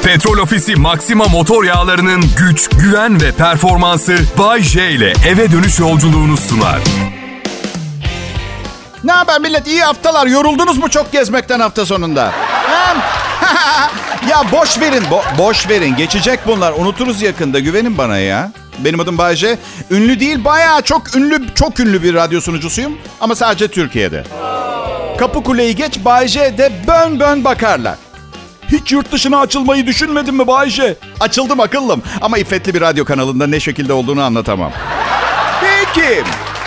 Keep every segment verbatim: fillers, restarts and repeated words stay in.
Petrol Ofisi Maxima motor yağlarının güç, güven ve performansı Bay J ile eve dönüş yolculuğunu sunar. Ne haber millet? İyi haftalar. Yoruldunuz mu çok gezmekten hafta sonunda? Ya boş verin, bo- boş verin. Geçecek bunlar. Unuturuz yakında. Güvenin bana ya. Benim adım Bay J. Ünlü değil, bayağı çok ünlü, çok ünlü bir radyo sunucusuyum. Ama sadece Türkiye'de. Kapıkule'yi geç, Bay J'de bön bön bakarlar. Hiç yurt dışına açılmayı düşünmedin mi Bay J? Açıldım akıllım. Ama iffetli bir radyo kanalında ne şekilde olduğunu anlatamam. Peki.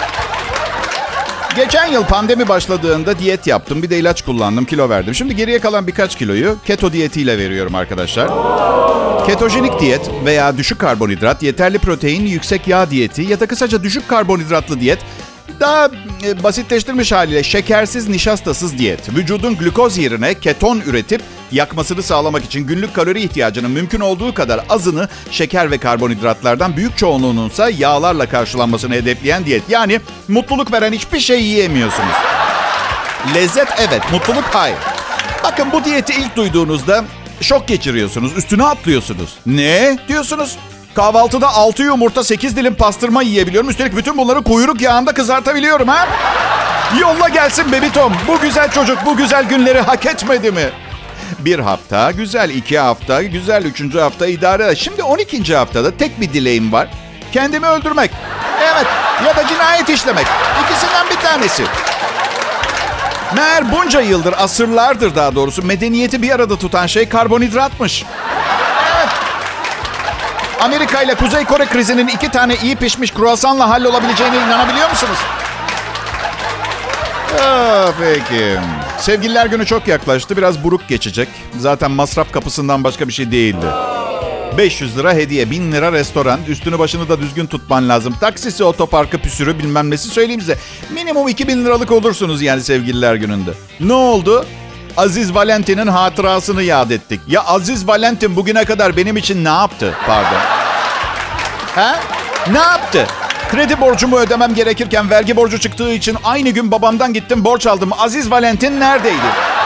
Geçen yıl pandemi başladığında diyet yaptım. Bir de ilaç kullandım. Kilo verdim. Şimdi geriye kalan birkaç kiloyu keto diyetiyle veriyorum arkadaşlar. Ketojenik diyet veya düşük karbonhidrat, yeterli protein, yüksek yağ diyeti ya da kısaca düşük karbonhidratlı diyet. Daha e, basitleştirmiş haliyle şekersiz, nişastasız diyet. Vücudun glukoz yerine keton üretip yakmasını sağlamak için günlük kalori ihtiyacının mümkün olduğu kadar azını şeker ve karbonhidratlardan, büyük çoğunluğununsa yağlarla karşılanmasını hedefleyen diyet. Yani mutluluk veren hiçbir şey yiyemiyorsunuz. Lezzet evet, mutluluk hayır. Bakın bu diyeti ilk duyduğunuzda şok geçiriyorsunuz, üstüne atlıyorsunuz. Ne diyorsunuz? Kahvaltıda altı yumurta, sekiz dilim pastırma yiyebiliyorum. Üstelik bütün bunları kuyruk yağında kızartabiliyorum ha? Yolla gelsin bebitom. Bu güzel çocuk bu güzel günleri hak etmedi mi? Bir hafta güzel, iki hafta güzel, üçüncü hafta idare eder. Şimdi on ikinci haftada tek bir dileğim var. Kendimi öldürmek. Evet, ya da cinayet işlemek. İkisinden bir tanesi. Meğer bunca yıldır, asırlardır daha doğrusu, medeniyeti bir arada tutan şey karbonhidratmış. Amerika ile Kuzey Kore krizinin iki tane iyi pişmiş kruvasanla hallolabileceğine inanabiliyor musunuz? Ah, peki. Sevgililer günü çok yaklaştı. Biraz buruk geçecek. Zaten masraf kapısından başka bir şey değildi. beş yüz lira hediye, bin lira restoran. Üstünü başını da düzgün tutman lazım. Taksisi, otoparkı, püsürü bilmem nesi söyleyeyim size. Minimum iki bin liralık olursunuz yani sevgililer gününde. Ne oldu? Aziz Valentin'in hatırasını yad ettik. Ya Aziz Valentin bugüne kadar benim için ne yaptı? Pardon. Ha? Ne yaptı? Kredi borcumu ödemem gerekirken vergi borcu çıktığı için aynı gün babamdan gittim borç aldım. Aziz Valentin neredeydi?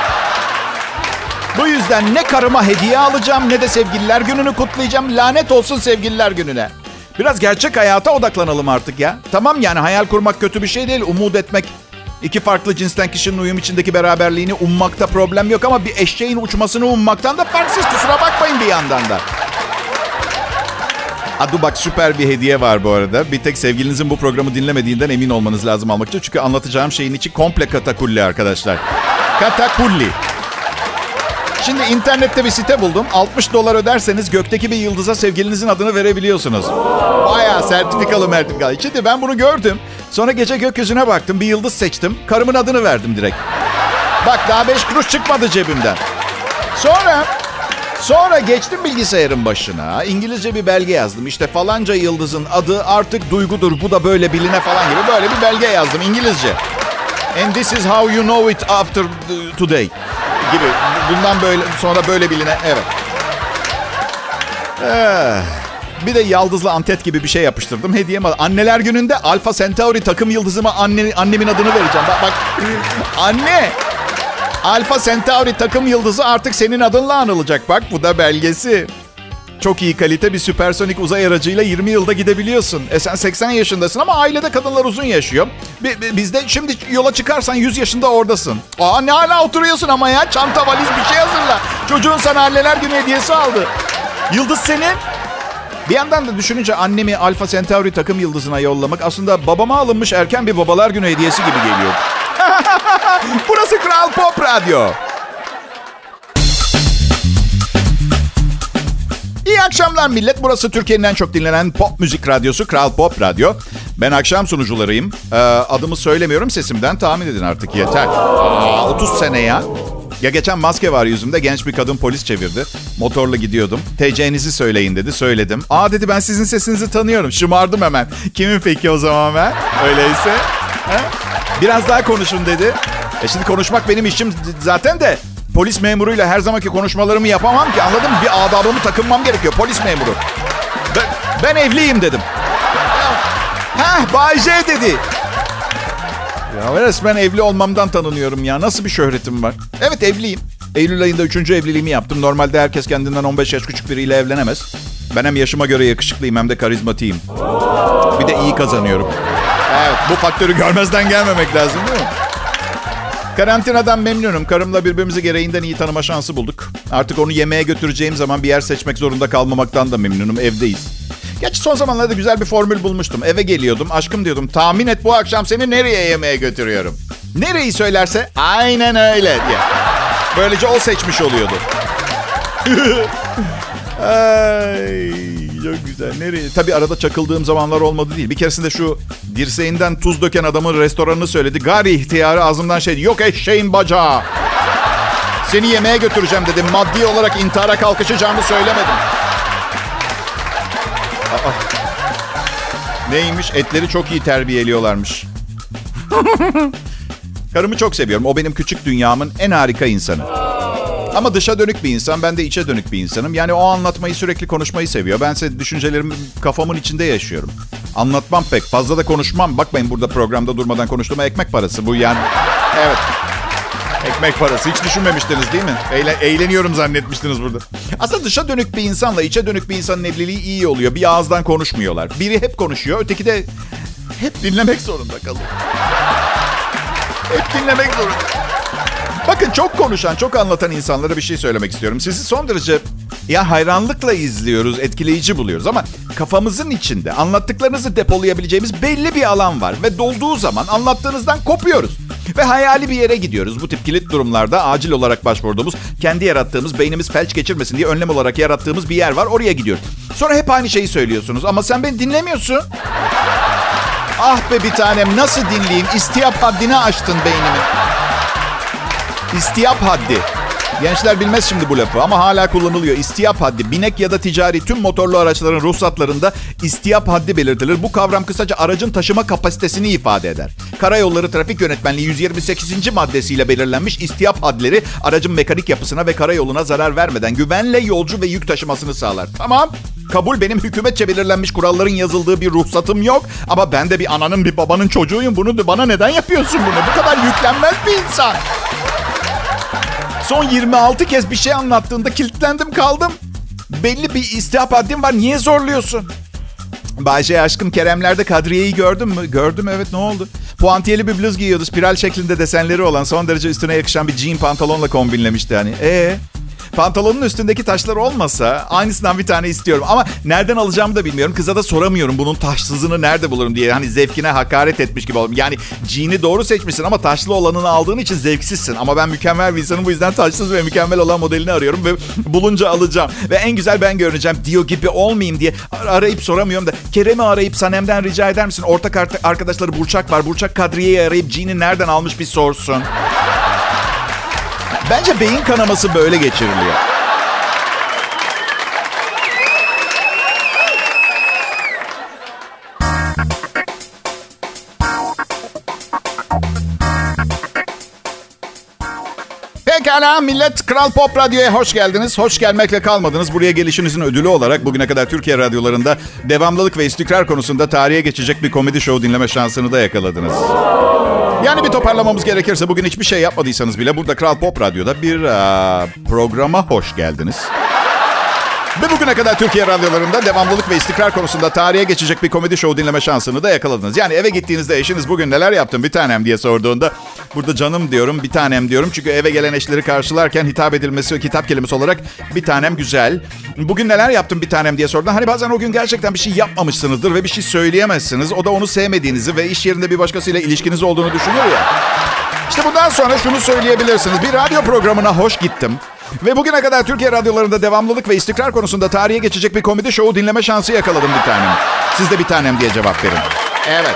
Bu yüzden ne karıma hediye alacağım ne de sevgililer gününü kutlayacağım. Lanet olsun sevgililer gününe. Biraz gerçek hayata odaklanalım artık ya. Tamam yani hayal kurmak kötü bir şey değil. Umut etmek. İki farklı cinsten kişinin uyum içindeki beraberliğini ummakta problem yok ama bir eşeğin uçmasını ummaktan da farksız. Kusura bakmayın bir yandan da. Adı bak süper bir hediye var bu arada. Bir tek sevgilinizin bu programı dinlemediğinden emin olmanız lazım almak için. Çünkü anlatacağım şeyin içi komple katakulli arkadaşlar. Katakulli. Şimdi internette bir site buldum. altmış dolar öderseniz gökteki bir yıldıza sevgilinizin adını verebiliyorsunuz. Bayağı sertifikalı mertifikalı. Şimdi ben bunu gördüm. Sonra gece gökyüzüne baktım. Bir yıldız seçtim. Karımın adını verdim direkt. Bak daha beş kuruş çıkmadı cebimden. Sonra... Sonra geçtim bilgisayarın başına. İngilizce bir belge yazdım. İşte falanca yıldızın adı artık Duygu'dur. Bu da böyle biline falan gibi. Böyle bir belge yazdım İngilizce. And this is how you know it after today. Gibi. Bundan böyle sonra böyle biline. Evet. Ee, bir de yaldızlı antet gibi bir şey yapıştırdım. Hediyem var. Anneler gününde Alpha Centauri takım yıldızıma anne, annemin adını vereceğim. Bak bak. Anne. Alpha Centauri takım yıldızı artık senin adınla anılacak. Bak bu da belgesi. Çok iyi kalite bir süpersonik uzay aracıyla yirmi yılda gidebiliyorsun. E sen seksen yaşındasın ama ailede kadınlar uzun yaşıyor. Bizde şimdi yola çıkarsan yüz yaşında oradasın. Aa ne hala oturuyorsun ama ya. Çanta, valiz bir şey hazırla. Çocuğun sana anneler günü hediyesi aldı. Yıldız senin. Bir yandan da düşününce annemi Alpha Centauri takım yıldızına yollamak aslında babama alınmış erken bir babalar günü hediyesi gibi geliyor. Burası Kral Pop Radyo. İyi akşamlar millet. Burası Türkiye'nin en çok dinlenen pop müzik radyosu Kral Pop Radyo. Ben akşam sunucularıyım. Ee, adımı söylemiyorum, sesimden tahmin edin artık yeter. Aa, otuz sene ya. Ya geçen maske var yüzümde, genç bir kadın polis çevirdi. Motorla gidiyordum. T C'nizi söyleyin dedi. Söyledim. Aa dedi, ben sizin sesinizi tanıyorum. Şımardım hemen. Kimin peki o zaman ben? Öyleyse. He? Biraz daha konuşun dedi. E şimdi konuşmak benim işim zaten de. Polis memuruyla her zamanki konuşmalarımı yapamam ki. Anladın mı? Bir adabımı takınmam gerekiyor. Polis memuru. Ben, ben evliyim dedim. Heh, Bay J dedi. Ya resmen evli olmamdan tanınıyorum ya. Nasıl bir şöhretim var? Evet evliyim. Eylül ayında üçüncü evliliğimi yaptım. Normalde herkes kendinden on beş yaş küçük biriyle evlenemez. Ben hem yaşıma göre yakışıklıyım hem de karizmatiyim. Bir de iyi kazanıyorum. Evet, bu faktörü görmezden gelmemek lazım değil mi? Karantinadan memnunum. Karımla birbirimizi gereğinden iyi tanıma şansı bulduk. Artık onu yemeğe götüreceğim zaman bir yer seçmek zorunda kalmamaktan da memnunum. Evdeyiz. Gerçi son zamanlarda güzel bir formül bulmuştum. Eve geliyordum. Aşkım diyordum. Tahmin et bu akşam seni nereye yemeğe götürüyorum? Nereyi söylerse aynen öyle diye. Böylece o seçmiş oluyordu. Ay, çok güzel. Nereye? Tabii arada çakıldığım zamanlar olmadı değil. Bir keresinde şu dirseğinden tuz döken adamın restoranını söyledi. Gari ihtiyarı ağzımdan şeydi. Yok eşeğin bacağı. Seni yemeğe götüreceğim dedim. Maddi olarak intihara kalkışacağımı söylemedim. Aa. Neymiş? Etleri çok iyi terbiyeliyorlarmış. Karımı çok seviyorum. O benim küçük dünyamın en harika insanı. Ama dışa dönük bir insan, ben de içe dönük bir insanım. Yani o anlatmayı, sürekli konuşmayı seviyor. Bense düşüncelerimi kafamın içinde yaşıyorum. Anlatmam pek, fazla da konuşmam. Bakmayın burada programda durmadan konuştuğuma ekmek parası bu yani. Evet, ekmek parası. Hiç düşünmemiştiniz değil mi? Eğlen, eğleniyorum zannetmiştiniz burada. Aslında dışa dönük bir insanla içe dönük bir insanın evliliği iyi oluyor. Bir ağızdan konuşmuyorlar. Biri hep konuşuyor, öteki de hep dinlemek zorunda kalıyor. Hep dinlemek zorunda. Bakın çok konuşan, çok anlatan insanlara bir şey söylemek istiyorum. Sizi son derece ya hayranlıkla izliyoruz, etkileyici buluyoruz. Ama kafamızın içinde anlattıklarınızı depolayabileceğimiz belli bir alan var. Ve dolduğu zaman anlattığınızdan kopuyoruz. Ve hayali bir yere gidiyoruz. Bu tip kilit durumlarda acil olarak başvurduğumuz, kendi yarattığımız, beynimiz felç geçirmesin diye önlem olarak yarattığımız bir yer var. Oraya gidiyoruz. Sonra hep aynı şeyi söylüyorsunuz. Ama sen beni dinlemiyorsun. Ah be bir tanem, nasıl dinleyeyim? İstiyap haddini aştın beynimi. İstiyap haddi. Gençler bilmez şimdi bu lafı ama hala kullanılıyor. İstiyap haddi. Binek ya da ticari tüm motorlu araçların ruhsatlarında istiyap haddi belirtilir. Bu kavram kısaca aracın taşıma kapasitesini ifade eder. Karayolları Trafik Yönetmenliği yüz yirmi sekizinci maddesiyle belirlenmiş istiyap hadleri aracın mekanik yapısına ve karayoluna zarar vermeden güvenle yolcu ve yük taşımasını sağlar. Tamam. Kabul, benim hükümetçe belirlenmiş kuralların yazıldığı bir ruhsatım yok. Ama ben de bir ananın bir babanın çocuğuyum. Bunu bana neden yapıyorsun bunu? Bu kadar yüklenmez bir insan. Son yirmi altı kez bir şey anlattığında kilitlendim kaldım. Belli bir istihap haddim var. Niye zorluyorsun? Bayce aşkım, Keremler'de Kadriye'yi gördün mü? Gördüm, evet, ne oldu? Puantiyeli bir bluz giyiyordu. Spiral şeklinde desenleri olan, son derece üstüne yakışan bir jean pantolonla kombinlemişti hani. Ee, pantolonun üstündeki taşlar olmasa aynısından bir tane istiyorum. Ama nereden alacağımı da bilmiyorum. Kıza da soramıyorum bunun taşsızını nerede bulurum diye. Hani zevkine hakaret etmiş gibi oldum. Yani jean'i doğru seçmişsin ama taşlı olanını aldığın için zevksizsin. Ama ben mükemmel bir insanım, bu yüzden taşsız ve mükemmel olan modelini arıyorum ve bulunca alacağım. Ve en güzel ben görüneceğim diyor gibi olmayayım diye arayıp soramıyorum da. Kerem'i arayıp Sanem'den rica eder misin? Ortak arkadaşları Burçak var. Burçak Kadriye'yi arayıp jean'i nereden almış bir sorsun. Bence beyin kanaması böyle geçiriliyor. Pekala millet, Kral Pop Radyo'ya hoş geldiniz. Hoş gelmekle kalmadınız. Buraya gelişinizin ödülü olarak bugüne kadar Türkiye radyolarında devamlılık ve istikrar konusunda tarihe geçecek bir komedi show dinleme şansını da yakaladınız. Yani bir toparlamamız gerekirse bugün hiçbir şey yapmadıysanız bile burada Kral Pop Radyo'da bir uh, programa hoş geldiniz. Ve bugüne kadar Türkiye radyolarında devamlılık ve istikrar konusunda tarihe geçecek bir komedi show dinleme şansını da yakaladınız. Yani eve gittiğinizde eşiniz bugün neler yaptın bir tanem diye sorduğunda burada canım diyorum, bir tanem diyorum. Çünkü eve gelen eşleri karşılarken hitap edilmesi, hitap kelimesi olarak bir tanem güzel. Bugün neler yaptın bir tanem diye sorduğunda hani bazen o gün gerçekten bir şey yapmamışsınızdır ve bir şey söyleyemezsiniz. O da onu sevmediğinizi ve iş yerinde bir başkasıyla ilişkiniz olduğunu düşünür ya. İşte bundan sonra şunu söyleyebilirsiniz. Bir radyo programına hoş gittim. Ve bugüne kadar Türkiye radyolarında devamlılık ve istikrar konusunda tarihe geçecek bir komedi şovu dinleme şansı yakaladım bir tanem. Siz de bir tanem diye cevap verin. Evet.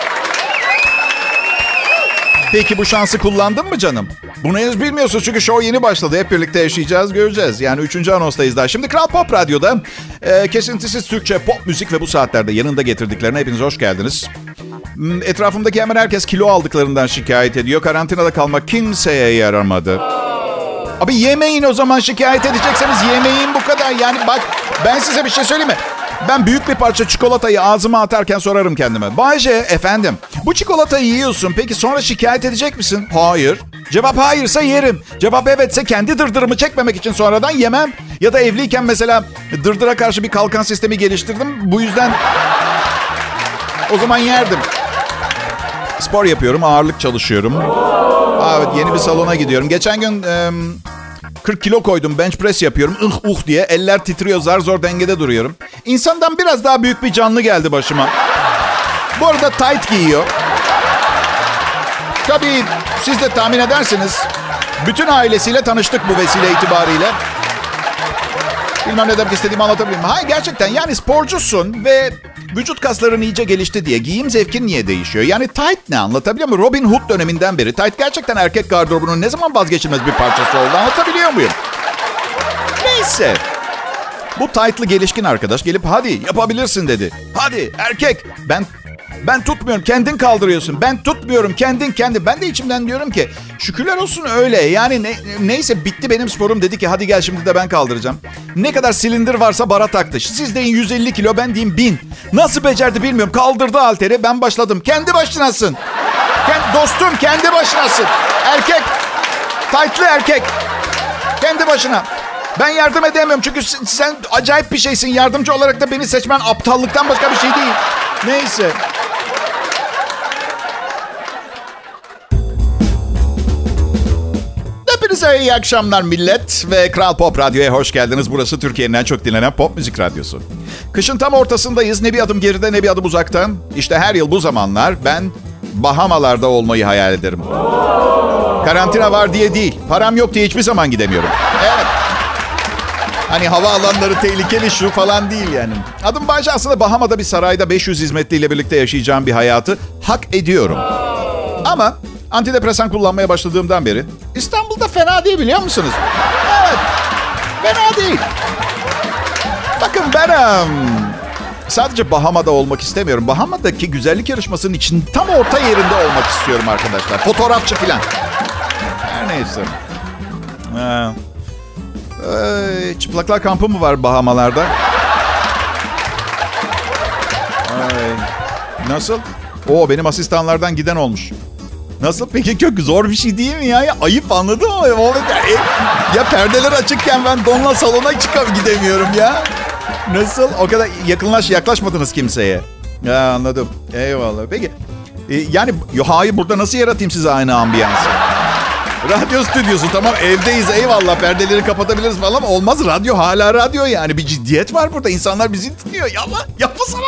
Peki bu şansı kullandın mı canım? Bunu henüz bilmiyorsunuz çünkü show yeni başladı. Hep birlikte yaşayacağız, göreceğiz. Yani üçüncü anonstayız daha. Şimdi Kral Pop Radyo'da e, kesintisiz Türkçe pop müzik ve bu saatlerde yanında getirdiklerine hepiniz hoş geldiniz. Etrafımdaki hemen herkes kilo aldıklarından şikayet ediyor. Karantinada kalmak kimseye yaramadı. Abi yemeyin o zaman, şikayet edecekseniz yemeyin, bu kadar. Yani bak ben size bir şey söyleyeyim mi? Ben büyük bir parça çikolatayı ağzıma atarken sorarım kendime. Bayce efendim bu çikolatayı yiyorsun, peki sonra şikayet edecek misin? Hayır. Cevap hayırsa yerim. Cevap evetse kendi dırdırımı çekmemek için sonradan yemem. Ya da evliyken mesela dırdıra karşı bir kalkan sistemi geliştirdim. Bu yüzden o zaman yerdim. Spor yapıyorum, ağırlık çalışıyorum. Aa, evet, yeni bir salona gidiyorum. Geçen gün e, kırk kilo koydum, bench press yapıyorum. Uh uh diye eller titriyor, zar zor dengede duruyorum. İnsandan biraz daha büyük bir canlı geldi başıma. Bu arada tight giyiyor. Tabii siz de tahmin edersiniz. Bütün ailesiyle tanıştık bu vesile itibariyle. Bilmem ne demek istediğimi anlatabilirim. Hayır, gerçekten yani sporcusun ve vücut kasların iyice gelişti diye giyim zevkin niye değişiyor? Yani tight ne, anlatabiliyor muyum? Robin Hood döneminden beri tight gerçekten erkek gardırobunun ne zaman vazgeçilmez bir parçası oldu, anlatabiliyor muyum? Neyse. Bu tight'lı gelişkin arkadaş gelip hadi yapabilirsin dedi. Hadi erkek. Ben ben tutmuyorum, kendin kaldırıyorsun. Ben tutmuyorum, kendin kendi. Ben de içimden diyorum ki şükürler olsun öyle. Yani ne, neyse bitti benim sporum, dedi ki hadi gel şimdi de ben kaldıracağım. Ne kadar silindir varsa bara taktı. Siz deyin yüz elli kilo, ben diyeyim bin. Nasıl becerdi bilmiyorum. Kaldırdı halteri, ben başladım. Kendi başınasın. Kend, dostum kendi başınasın. Erkek. Tight'lı erkek. Kendi başına. Ben yardım edemiyorum çünkü sen acayip bir şeysin. Yardımcı olarak da beni seçmen aptallıktan başka bir şey değil. Neyse. Hepinize iyi akşamlar millet ve Kral Pop Radyo'ya hoş geldiniz. Burası Türkiye'nin en çok dinlenen pop müzik radyosu. Kışın tam ortasındayız. Ne bir adım geride ne bir adım uzakta. İşte her yıl bu zamanlar ben Bahamalarda olmayı hayal ederim. Karantina var diye değil. Param yok diye hiçbir zaman gidemiyorum. Evet. Hani havaalanları tehlikeli şu falan değil yani. Adım başı aslında Bahama'da bir sarayda beş yüz hizmetliyle birlikte yaşayacağım bir hayatı hak ediyorum. Ama antidepresan kullanmaya başladığımdan beri İstanbul'da fena değil, biliyor musunuz? Evet, fena değil. Bakın ben um, sadece Bahama'da olmak istemiyorum. Bahama'daki güzellik yarışmasının için tam orta yerinde olmak istiyorum arkadaşlar. Fotoğrafçı falan. Her neyse. Ee, e, çıplaklar kampı mı var Bahamalarda? Ay, nasıl? Oo, benim asistanlardan giden olmuş. Nasıl? Peki çok zor bir şey değil mi ya? Ya ayıp, anladın mı? Ya perdeler açıkken ben donla salona çıkıp gidemiyorum ya. Nasıl? O kadar yakınlaş yaklaşmadınız kimseye. Ya anladım. Eyvallah. Peki. E, yani hayır, burada nasıl yaratayım size aynı ambiyansı? Radyo stüdyosu, tamam evdeyiz, eyvallah, perdeleri kapatabiliriz falan ama olmaz, radyo hala radyo yani. Bir ciddiyet var burada. İnsanlar bizi dinliyor. Yapma, yapmasana.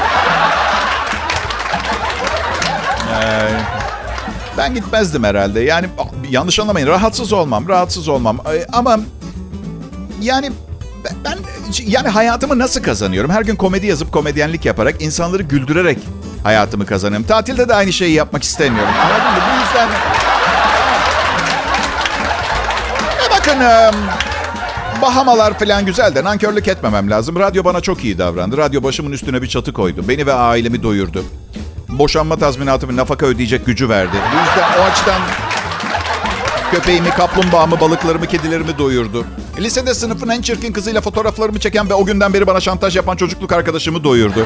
Ee, ben gitmezdim herhalde. Yani yanlış anlamayın, rahatsız olmam, rahatsız olmam. Ama yani ben yani hayatımı nasıl kazanıyorum? Her gün komedi yazıp komedyenlik yaparak, insanları güldürerek hayatımı kazanıyorum. Tatilde de aynı şeyi yapmak istemiyorum. Anladın mı? Bu yüzden... E bakın, Bahamalar falan güzel de nankörlük etmemem lazım. Radyo bana çok iyi davrandı. Radyo başımın üstüne bir çatı koydu. Beni ve ailemi doyurdu. Boşanma tazminatımı, nafaka ödeyecek gücü verdi. Bu yüzden o açıdan köpeğimi, kaplumbağamı, balıklarımı, kedilerimi doyurdu. Lisede sınıfın en çirkin kızıyla fotoğraflarımı çeken ve o günden beri bana şantaj yapan çocukluk arkadaşımı doyurdu.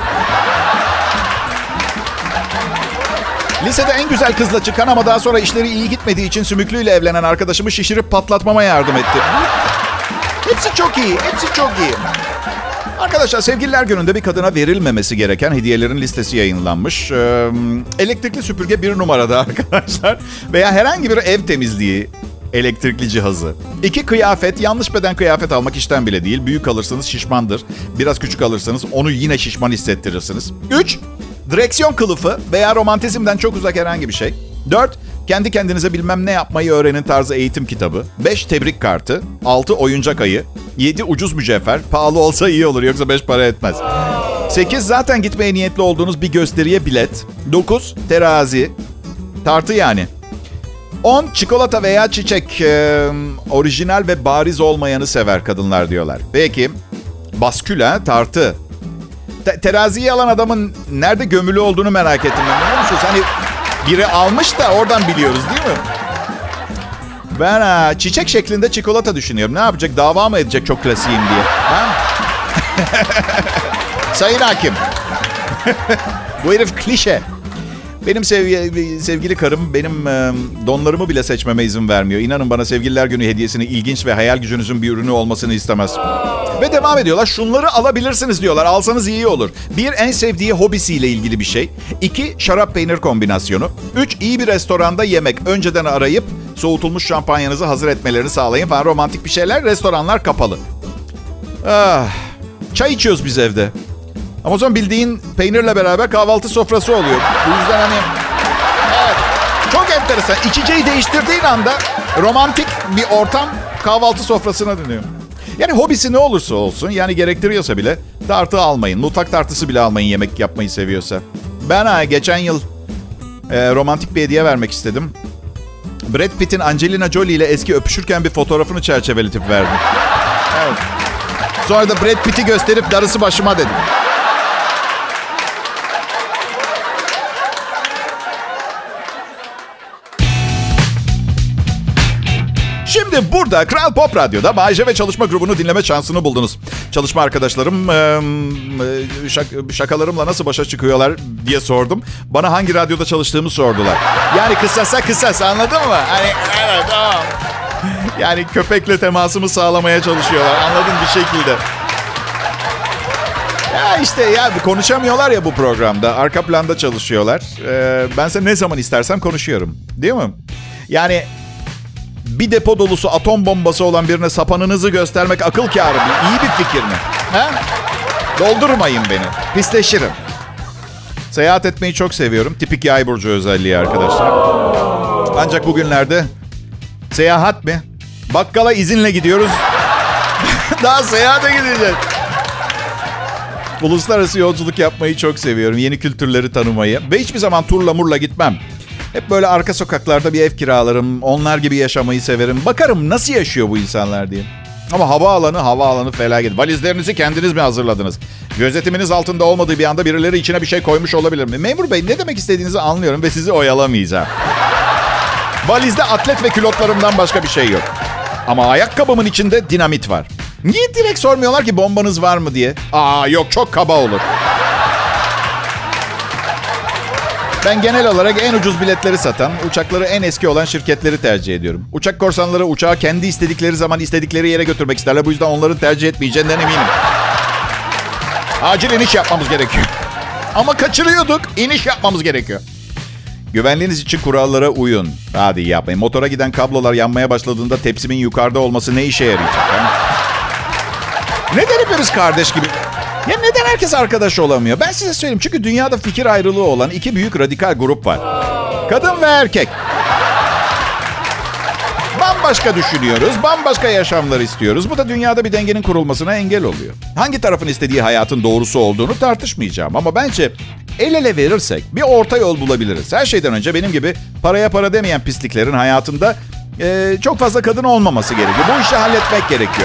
Lisede en güzel kızla çıkan ama daha sonra işleri iyi gitmediği için sümüklüyle evlenen arkadaşımı şişirip patlatmama yardım etti. Hepsi çok iyi, hepsi çok iyi. Arkadaşlar, Sevgililer Günü'nde bir kadına verilmemesi gereken hediyelerin listesi yayınlanmış. Ee, elektrikli süpürge bir numarada arkadaşlar. Veya herhangi bir ev temizliği elektrikli cihazı. İki, kıyafet. Yanlış beden kıyafet almak işten bile değil. Büyük alırsanız şişmandır. Biraz küçük alırsanız onu yine şişman hissettirirsiniz. Üç, direksiyon kılıfı veya romantizmden çok uzak herhangi bir şey. Dört, kendi kendinize bilmem ne yapmayı öğrenin tarzı eğitim kitabı. Beş, tebrik kartı. Altı, oyuncak ayı. Yedi, ucuz mücevher. Pahalı olsa iyi olur, yoksa beş para etmez. Sekiz, zaten gitmeye niyetli olduğunuz bir gösteriye bilet. Dokuz, terazi. Tartı yani. On, çikolata veya çiçek. Ee, orijinal ve bariz olmayanı sever kadınlar diyorlar. Peki, basküla, tartı. Te- teraziyi alan adamın nerede gömülü olduğunu merak ettim. Biliyor musunuz? Hani biri almış da oradan biliyoruz değil mi? Ben ha, çiçek şeklinde çikolata düşünüyorum. Ne yapacak? Dava mı edecek çok klasiğim diye? Ha? Sayın hakim. Bu herif klişe. Benim sevgi, sevgili karım benim e, donlarımı bile seçmeme izin vermiyor. İnanın bana, sevgililer günü hediyesini ilginç ve hayal gücünüzün bir ürünü olmasını istemez. Ve devam ediyorlar. Şunları alabilirsiniz diyorlar. Alsanız iyi olur. Bir, en sevdiği hobisiyle ilgili bir şey. İki, şarap peynir kombinasyonu. Üç, iyi bir restoranda yemek. Önceden arayıp soğutulmuş şampanyanızı hazır etmelerini sağlayın falan, romantik bir şeyler. Restoranlar kapalı. Ah, çay içiyoruz biz evde. Ama o zaman bildiğin peynirle beraber kahvaltı sofrası oluyor. Bu yüzden hani... Evet. Çok enteresan. İçeceği değiştirdiğin anda romantik bir ortam kahvaltı sofrasına dönüyor. Yani hobisi ne olursa olsun, yani gerektiriyorsa bile tartı almayın. Mutfak tartısı bile almayın yemek yapmayı seviyorsa. Ben ha, geçen yıl e, romantik bir hediye vermek istedim. Brad Pitt'in Angelina Jolie ile eski öpüşürken bir fotoğrafını çerçeveletip verdim. Evet. Sonra da Brad Pitt'i gösterip darısı başıma dedim. Şimdi burada Kral Pop Radyo'da Bay J ve Çalışma grubunu dinleme şansını buldunuz. Çalışma arkadaşlarım şak- şakalarımla nasıl başa çıkıyorlar diye sordum. Bana hangi radyoda çalıştığımı sordular. Yani kısasa kısas, anladın mı? Hani evet, tamam. Yani köpekle temasımı sağlamaya çalışıyorlar, anladın bir şekilde. Ya işte ya konuşamıyorlar ya bu programda. Arka planda çalışıyorlar. Ee, bense ne zaman istersem konuşuyorum. Değil mi? Yani bir depo dolusu atom bombası olan birine sapanınızı göstermek akıl kârı mı? İyi bir fikir mi? Ha? Doldurmayın beni. Pisleşirim. Seyahat etmeyi çok seviyorum. Tipik yay burcu özelliği arkadaşlar. Ancak bugünlerde seyahat mi? Bakkala izinle gidiyoruz. Daha seyahate gideceğiz. Uluslararası yolculuk yapmayı çok seviyorum. Yeni kültürleri tanımayı. Ve hiçbir zaman turla murla gitmem. Hep böyle arka sokaklarda bir ev kiralarım. Onlar gibi yaşamayı severim. Bakarım nasıl yaşıyor bu insanlar diye. Ama havaalanı, havaalanı felaket. Valizlerinizi kendiniz mi hazırladınız? Gözetiminiz altında olmadığı bir anda birileri içine bir şey koymuş olabilir mi? Memur bey, ne demek istediğinizi anlıyorum ve sizi oyalamayacağım. Valizde atlet ve külotlarımdan başka bir şey yok. Ama ayakkabımın içinde dinamit var. Niye direkt sormuyorlar ki bombanız var mı diye? Aa yok, çok kaba olur. Ben genel olarak en ucuz biletleri satan, uçakları en eski olan şirketleri tercih ediyorum. Uçak korsanları uçağı kendi istedikleri zaman istedikleri yere götürmek isterler. Bu yüzden onların tercih etmeyeceğinden eminim. Acil iniş yapmamız gerekiyor. Ama kaçırıyorduk. İniş yapmamız gerekiyor. Güvenliğiniz için kurallara uyun. Hadi yapmayın. Motora giden kablolar yanmaya başladığında tepsimin yukarıda olması ne işe yarayacak? He? Neden hepimiz kardeş gibi? Ya neden herkes arkadaş olamıyor? Ben size söyleyeyim. Çünkü dünyada fikir ayrılığı olan iki büyük radikal grup var. Kadın ve erkek. Bambaşka düşünüyoruz, bambaşka yaşamlar istiyoruz. Bu da dünyada bir dengenin kurulmasına engel oluyor. Hangi tarafın istediği hayatın doğrusu olduğunu tartışmayacağım. Ama bence el ele verirsek bir orta yol bulabiliriz. Her şeyden önce benim gibi paraya para demeyen pisliklerin hayatında e, çok fazla kadın olmaması gerekiyor. Bu işi halletmek gerekiyor.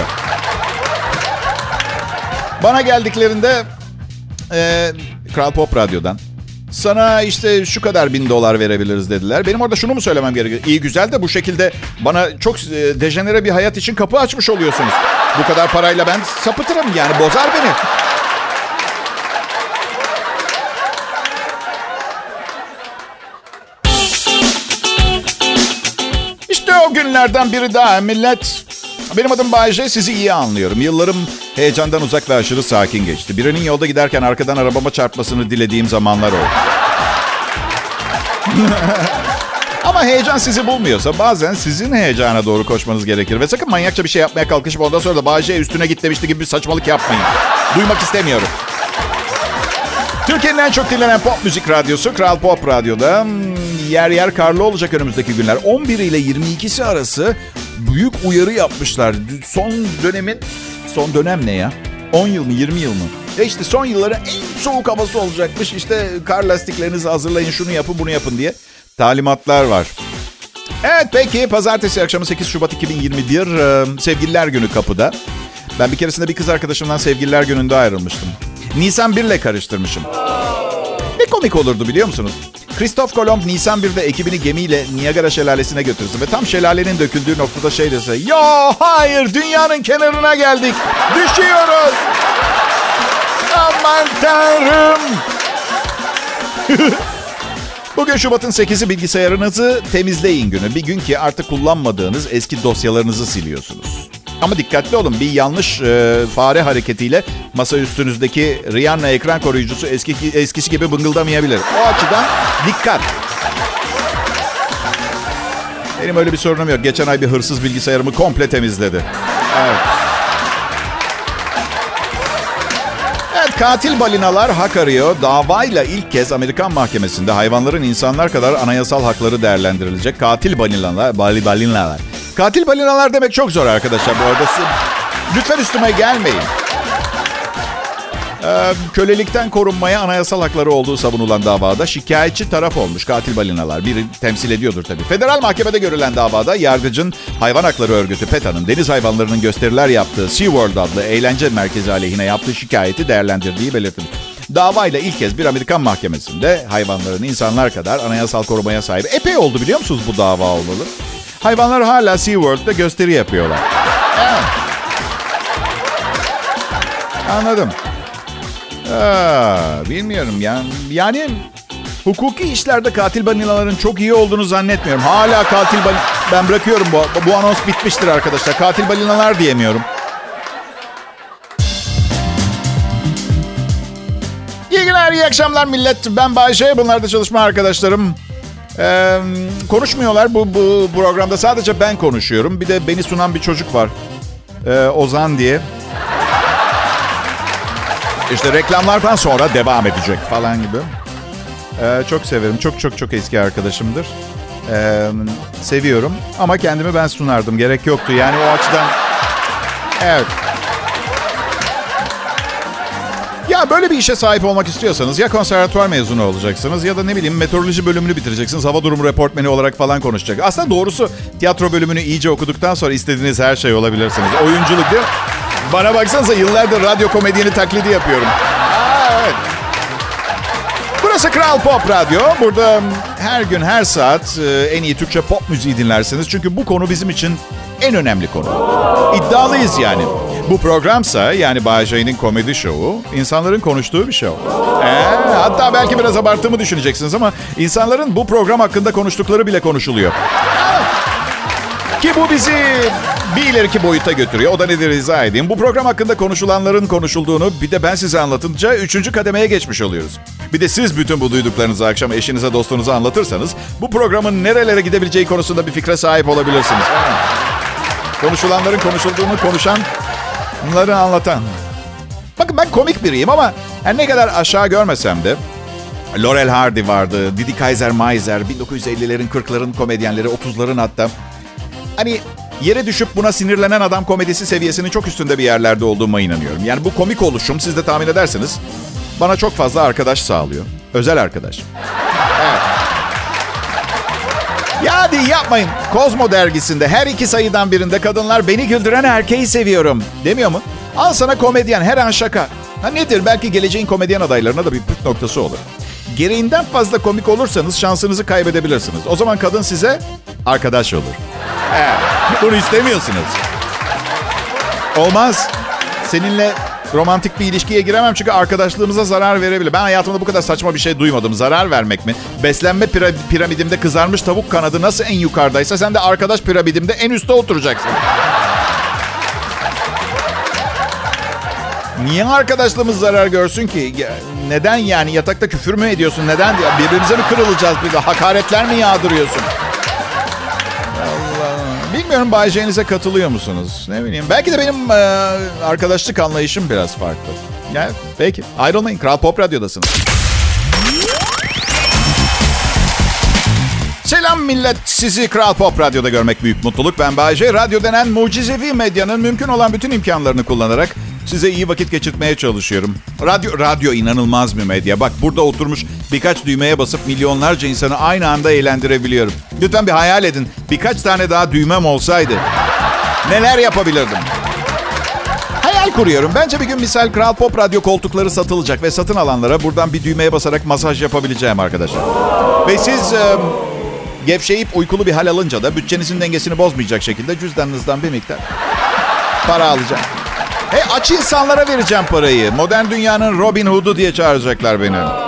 Bana geldiklerinde e, Kral Pop Radyo'dan sana işte şu kadar bin dolar verebiliriz dediler. Benim orada şunu mu söylemem gerekiyor? İyi güzel de bu şekilde bana çok e, dejenere bir hayat için kapı açmış oluyorsunuz. Bu kadar parayla ben sapıtırım, yani bozar beni. İşte o günlerden biri daha millet. Benim adım Bay J, sizi iyi anlıyorum. Yıllarım heyecandan uzak ve aşırı sakin geçti. Birinin yolda giderken arkadan arabama çarpmasını dilediğim zamanlar oldu. Ama heyecan sizi bulmuyorsa bazen sizin heyecana doğru koşmanız gerekir. Ve sakın manyakça bir şey yapmaya kalkışıp ondan sonra da Bay J üstüne git demişti gibi bir saçmalık yapmayın. Duymak istemiyorum. Türkiye'nin en çok dinlenen pop müzik radyosu Kral Pop Radyo'da yer yer karlı olacak önümüzdeki günler. on bir ile yirmi ikisi arası büyük uyarı yapmışlar. Son dönemin, son dönem ne ya? on yıl mı, yirmi yıl mı? E işte son yılların en soğuk havası olacakmış. İşte kar lastiklerinizi hazırlayın, şunu yapın, bunu yapın diye talimatlar var. Evet peki, pazartesi akşamı sekiz Şubat iki bin yirmi bir Sevgililer Günü kapıda. Ben bir keresinde bir kız arkadaşımdan Sevgililer Günü'nde ayrılmıştım. Nisan bir ile karıştırmışım. Ne komik olurdu biliyor musunuz? Christoph Kolomb Nisan birde ekibini gemiyle Niagara Şelalesi'ne götürsün ve tam şelalenin döküldüğü noktada şey dese: "Ya hayır, dünyanın kenarına geldik. Düşüyoruz. Aman Tanrım." Bugün Şubat'ın sekizi, bilgisayarınızı temizleyin günü. Bir gün ki artık kullanmadığınız eski dosyalarınızı siliyorsunuz. Ama dikkatli olun, bir yanlış e, fare hareketiyle masa üstünüzdeki Rihanna ekran koruyucusu eski eskisi gibi bıngıldamayabilir. O açıdan dikkat. Benim öyle bir sorunum yok. Geçen ay bir hırsız bilgisayarımı komple temizledi. Evet. Evet, katil balinalar hak arıyor. Davayla ilk kez Amerikan mahkemesinde hayvanların insanlar kadar anayasal hakları değerlendirilecek. Katil balinalar, bali balinalar. Katil balinalar demek çok zor arkadaşlar bu arada. Lütfen üstüme gelmeyin. Ee, kölelikten korunmaya anayasal hakları olduğu savunulan davada şikayetçi taraf olmuş katil balinalar. Biri temsil ediyordur tabii. Federal mahkemede görülen davada yargıcın hayvan hakları örgütü PETA'nın deniz hayvanlarının gösteriler yaptığı SeaWorld adlı eğlence merkezi aleyhine yaptığı şikayeti değerlendirdiği belirtildi. Davayla ilk kez bir Amerikan mahkemesinde hayvanların insanlar kadar anayasal korumaya sahip. Epey oldu biliyor musunuz bu dava olalı? Hayvanlar hala SeaWorld'da gösteri yapıyorlar. Evet. Anladım. Aa, bilmiyorum yani. Yani hukuki işlerde katil balinaların çok iyi olduğunu zannetmiyorum. Hala katil balina... Ben bırakıyorum bu, bu anons bitmiştir arkadaşlar. Katil balinalar diyemiyorum. İyi günler, iyi akşamlar millet. Ben Bayşe, bunlar da çalışma arkadaşlarım. Ee, konuşmuyorlar bu, bu programda. Sadece ben konuşuyorum. Bir de beni sunan bir çocuk var. Ee, Ozan diye. İşte reklamlardan sonra devam edecek falan gibi. Ee, çok severim. Çok çok çok eski arkadaşımdır. Ee, seviyorum. Ama kendimi ben sunardım. Gerek yoktu. Yani o açıdan... Evet. Ya böyle bir işe sahip olmak istiyorsanız ya konservatuvar mezunu olacaksınız ya da ne bileyim meteoroloji bölümünü bitireceksiniz. Hava durumu reportmeni olarak falan konuşacak. Aslında doğrusu tiyatro bölümünü iyice okuduktan sonra istediğiniz her şey olabilirsiniz. Oyunculuk değil mi? Bana baksanıza, yıllardır radyo komedyeni taklidi yapıyorum. Aa, evet. Burası Kral Pop Radyo. Burada her gün her saat en iyi Türkçe pop müziği dinlersiniz. Çünkü bu konu bizim için en önemli konu. İddialıyız yani. Bu programsa, yani Bay J'nin komedi şovu, insanların konuştuğu bir şov. Ee, hatta belki biraz abarttığımı düşüneceksiniz ama insanların bu program hakkında konuştukları bile konuşuluyor. Ki bu bizi bir ileriki boyuta götürüyor. O da nedir, izah edeyim. Bu program hakkında konuşulanların konuşulduğunu bir de ben size anlatınca üçüncü kademeye geçmiş oluyoruz. Bir de siz bütün bu duyduklarınızı akşam eşinize, dostunuza anlatırsanız bu programın nerelere gidebileceği konusunda bir fikre sahip olabilirsiniz. Konuşulanların konuşulduğunu konuşanları anlatan. Bakın ben komik biriyim ama her ne kadar aşağı görmesem de Laurel Hardy vardı, Didi Kaiser Mayzer, bin dokuz yüz ellilerin, kırkların komedyenleri, otuzların hatta. Hani yere düşüp buna sinirlenen adam komedisi seviyesinin çok üstünde bir yerlerde olduğuma inanıyorum. Yani bu komik oluşum, siz de tahmin edersiniz, bana çok fazla arkadaş sağlıyor. Özel arkadaş. Evet. Ya hadi yapmayın. Kozmo dergisinde her iki sayıdan birinde kadınlar beni güldüren erkeği seviyorum demiyor mu? Al sana komedyen, her an şaka. Ha nedir? Belki geleceğin komedyen adaylarına da bir püf noktası olur. Gereğinden fazla komik olursanız şansınızı kaybedebilirsiniz. O zaman kadın size arkadaş olur. Evet, bunu istemiyorsunuz. Olmaz. Seninle romantik bir ilişkiye giremem çünkü arkadaşlığımıza zarar verebilir. Ben hayatımda bu kadar saçma bir şey duymadım. Zarar vermek mi? Beslenme pira- piramidimde kızarmış tavuk kanadı nasıl en yukarıdaysa sen de arkadaş piramidimde en üstte oturacaksın. Niye arkadaşlığımız zarar görsün ki? Neden yani? Yatakta küfür mü ediyorsun? Neden? Birbirimize mi kırılacağız? Bir de hakaretler mi yağdırıyorsun? Allah. Bilmiyorum, Bay J'nize katılıyor musunuz? Ne bileyim. Belki de benim e, arkadaşlık anlayışım biraz farklı. Yani, peki. Ayrılmayın. Kral Pop Radyo'dasınız. Selam millet. Sizi Kral Pop Radyo'da görmek büyük mutluluk. Ben Bay J. Radyo denen mucizevi medyanın mümkün olan bütün imkanlarını kullanarak size iyi vakit geçirtmeye çalışıyorum. Radyo, radyo inanılmaz bir medya. Bak, burada oturmuş birkaç düğmeye basıp milyonlarca insanı aynı anda eğlendirebiliyorum. Lütfen bir hayal edin. Birkaç tane daha düğmem olsaydı neler yapabilirdim? Hayal kuruyorum. Bence bir gün misal Kral Pop Radyo koltukları satılacak ve satın alanlara buradan bir düğmeye basarak masaj yapabileceğim arkadaşlar. Ve siz e, gevşeyip uykulu bir hal alınca da bütçenizin dengesini bozmayacak şekilde cüzdanınızdan bir miktar para alacağım. Hey, aç insanlara vereceğim parayı. Modern dünyanın Robin Hood'u diye çağıracaklar beni.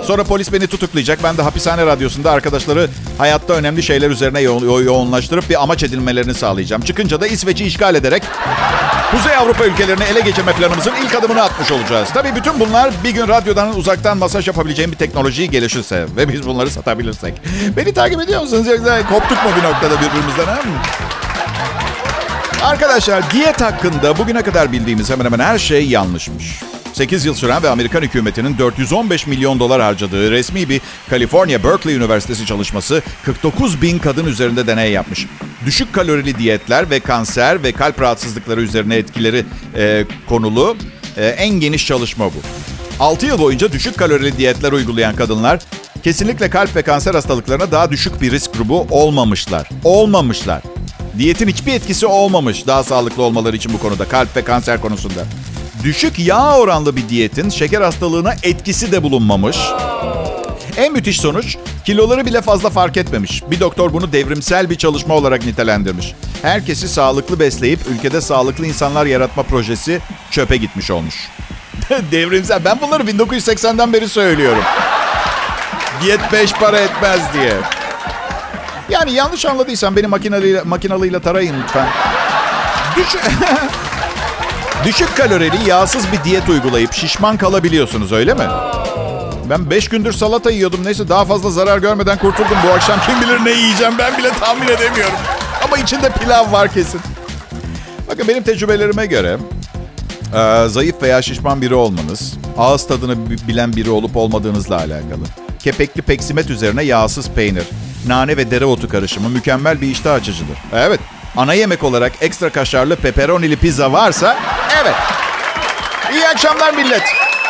Sonra polis beni tutuklayacak. Ben de hapishane radyosunda arkadaşları hayatta önemli şeyler üzerine yo- yoğunlaştırıp bir amaç edinmelerini sağlayacağım. Çıkınca da İsveç'i işgal ederek Kuzey Avrupa ülkelerini ele geçirme planımızın ilk adımını atmış olacağız. Tabii bütün bunlar bir gün radyodan uzaktan masaj yapabileceğim bir teknoloji gelişirse ve biz bunları satabilirsek. Beni takip ediyor musunuz? Yoksa koptuk mu bir noktada birbirimizden? Ha? Arkadaşlar, diyet hakkında bugüne kadar bildiğimiz hemen hemen her şey yanlışmış. sekiz yıl süren ve Amerikan hükümetinin dört yüz on beş milyon dolar harcadığı resmi bir Kaliforniya Berkeley Üniversitesi çalışması kırk dokuz bin kadın üzerinde deney yapmış. Düşük kalorili diyetler ve kanser ve kalp rahatsızlıkları üzerine etkileri e, konulu e, en geniş çalışma bu. altı yıl boyunca düşük kalorili diyetler uygulayan kadınlar kesinlikle kalp ve kanser hastalıklarına daha düşük bir risk grubu olmamışlar. Olmamışlar. Diyetin hiçbir etkisi olmamış daha sağlıklı olmaları için bu konuda, kalp ve kanser konusunda. Düşük yağ oranlı bir diyetin şeker hastalığına etkisi de bulunmamış. En müthiş sonuç, kiloları bile fazla fark etmemiş. Bir doktor bunu devrimsel bir çalışma olarak nitelendirmiş. Herkesi sağlıklı besleyip ülkede sağlıklı insanlar yaratma projesi çöpe gitmiş olmuş. Devrimsel. Ben bunları bin dokuz yüz seksenden beri söylüyorum. Diyet beş para etmez diye. Yani yanlış anladıysan beni makinalıyla, makinalıyla tarayın lütfen. Düşün... Düşük kalorili, yağsız bir diyet uygulayıp şişman kalabiliyorsunuz, öyle mi? Ben beş gündür salata yiyordum. Neyse, daha fazla zarar görmeden kurtuldum. Bu akşam kim bilir ne yiyeceğim ben bile tahmin edemiyorum. Ama içinde pilav var kesin. Bakın, benim tecrübelerime göre e, zayıf veya şişman biri olmanız, ağız tadını bilen biri olup olmadığınızla alakalı. Kepekli peksimet üzerine yağsız peynir, nane ve dereotu karışımı mükemmel bir iştah açıcıdır. Evet. Ana yemek olarak ekstra kaşarlı pepperonili pizza varsa evet. İyi akşamlar millet.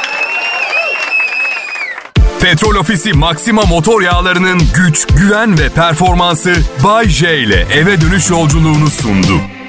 Petrol Ofisi Maxima motor yağlarının güç, güven ve performansı Bay J ile eve dönüş yolculuğunu sundu.